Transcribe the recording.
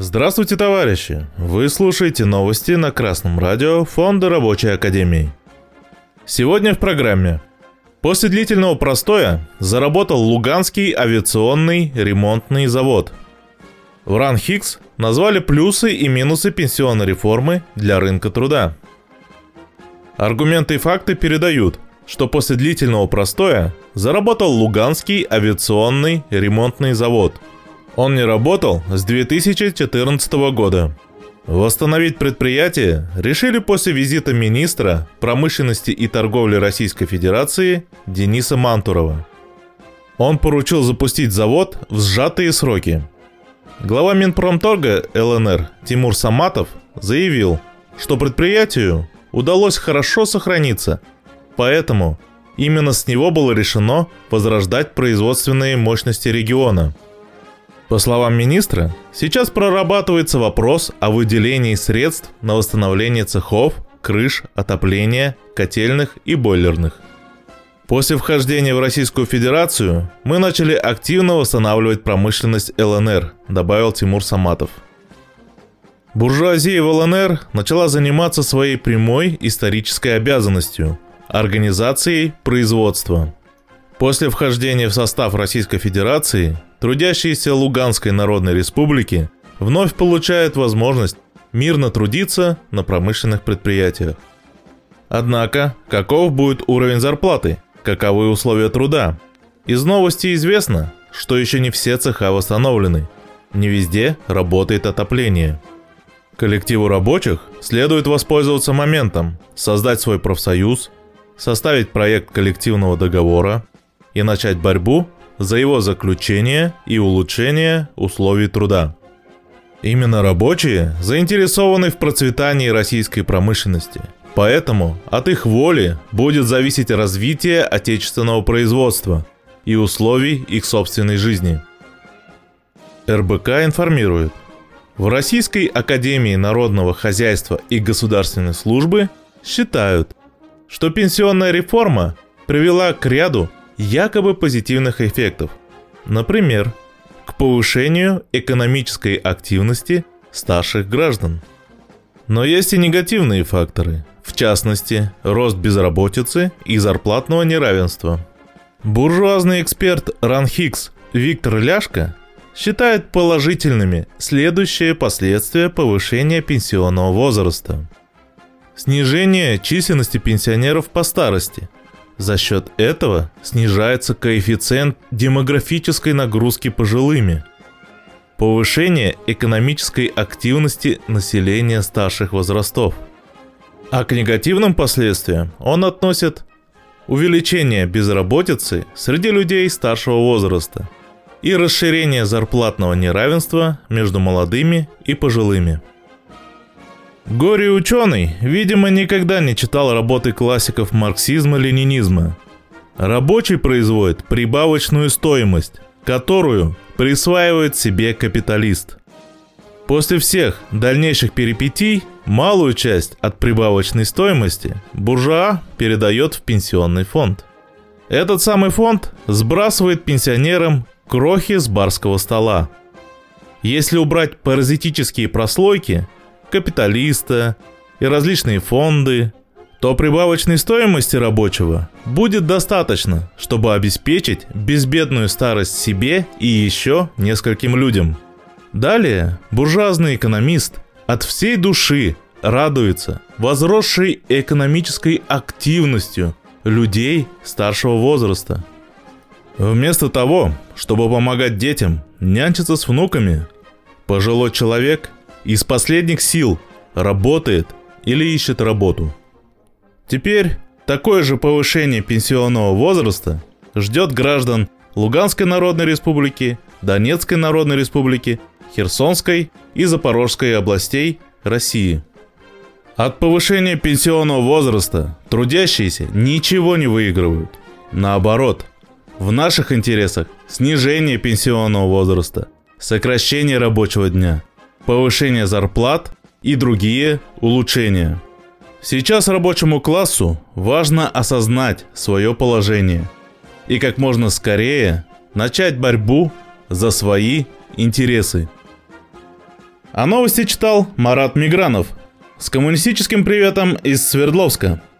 Здравствуйте, товарищи! Вы слушаете новости на Красном радио Фонда Рабочей Академии. Сегодня в программе. После длительного простоя заработал Луганский авиационный ремонтный завод. В РАНХИКС назвали плюсы и минусы пенсионной реформы для рынка труда. Аргументы и факты передают, что после длительного простоя заработал Луганский авиационный ремонтный завод. Он не работал с 2014 года. Восстановить предприятие решили после визита министра промышленности и торговли Российской Федерации Дениса Мантурова. Он поручил запустить завод в сжатые сроки. Глава Минпромторга ЛНР Тимур Саматов заявил, что предприятию удалось хорошо сохраниться, поэтому именно с него было решено возрождать производственные мощности региона. По словам министра, сейчас прорабатывается вопрос о выделении средств на восстановление цехов, крыш, отопления, котельных и бойлерных. После вхождения в Российскую Федерацию мы начали активно восстанавливать промышленность ЛНР, добавил Тимур Саматов. Буржуазия в ЛНР начала заниматься своей прямой исторической обязанностью – организацией производства. После вхождения в состав Российской Федерации трудящиеся Луганской Народной Республики вновь получают возможность мирно трудиться на промышленных предприятиях. Однако, каков будет уровень зарплаты? Каковы условия труда? Из новостей известно, что еще не все цеха восстановлены. Не везде работает отопление. Коллективу рабочих следует воспользоваться моментом, создать свой профсоюз, составить проект коллективного договора и начать борьбу за его заключение и улучшение условий труда. Именно рабочие заинтересованы в процветании российской промышленности, поэтому от их воли будет зависеть развитие отечественного производства и условий их собственной жизни. РБК информирует, в Российской Академии Народного Хозяйства и Государственной Службы считают, что пенсионная реформа привела к ряду якобы позитивных эффектов, например, к повышению экономической активности старших граждан. Но есть и негативные факторы, в частности, рост безработицы и зарплатного неравенства. Буржуазный эксперт РАНХИКС Виктор Ляшко считает положительными следующие последствия повышения пенсионного возраста. Снижение численности пенсионеров по старости. За счет этого снижается коэффициент демографической нагрузки пожилыми. Повышение экономической активности населения старших возрастов. А к негативным последствиям он относит увеличение безработицы среди людей старшего возраста и расширение зарплатного неравенства между молодыми и пожилыми. Горе-ученый, видимо, никогда не читал работы классиков марксизма-ленинизма. Рабочий производит прибавочную стоимость, которую присваивает себе капиталист. После всех дальнейших перипетий малую часть от прибавочной стоимости буржуа передает в пенсионный фонд. Этот самый фонд сбрасывает пенсионерам крохи с барского стола. Если убрать паразитические прослойки капиталиста и различные фонды, то прибавочной стоимости рабочего будет достаточно, чтобы обеспечить безбедную старость себе и еще нескольким людям. Далее буржуазный экономист от всей души радуется возросшей экономической активностью людей старшего возраста. Вместо того, чтобы помогать детям нянчиться с внуками, пожилой человек из последних сил работает или ищет работу. Теперь такое же повышение пенсионного возраста ждет граждан Луганской Народной Республики, Донецкой Народной Республики, Херсонской и Запорожской областей России. От повышения пенсионного возраста трудящиеся ничего не выигрывают. Наоборот, в наших интересах снижение пенсионного возраста, сокращение рабочего дня, повышение зарплат и другие улучшения. Сейчас рабочему классу важно осознать свое положение и как можно скорее начать борьбу за свои интересы. А новости читал Марат Мигранов. С коммунистическим приветом из Свердловска.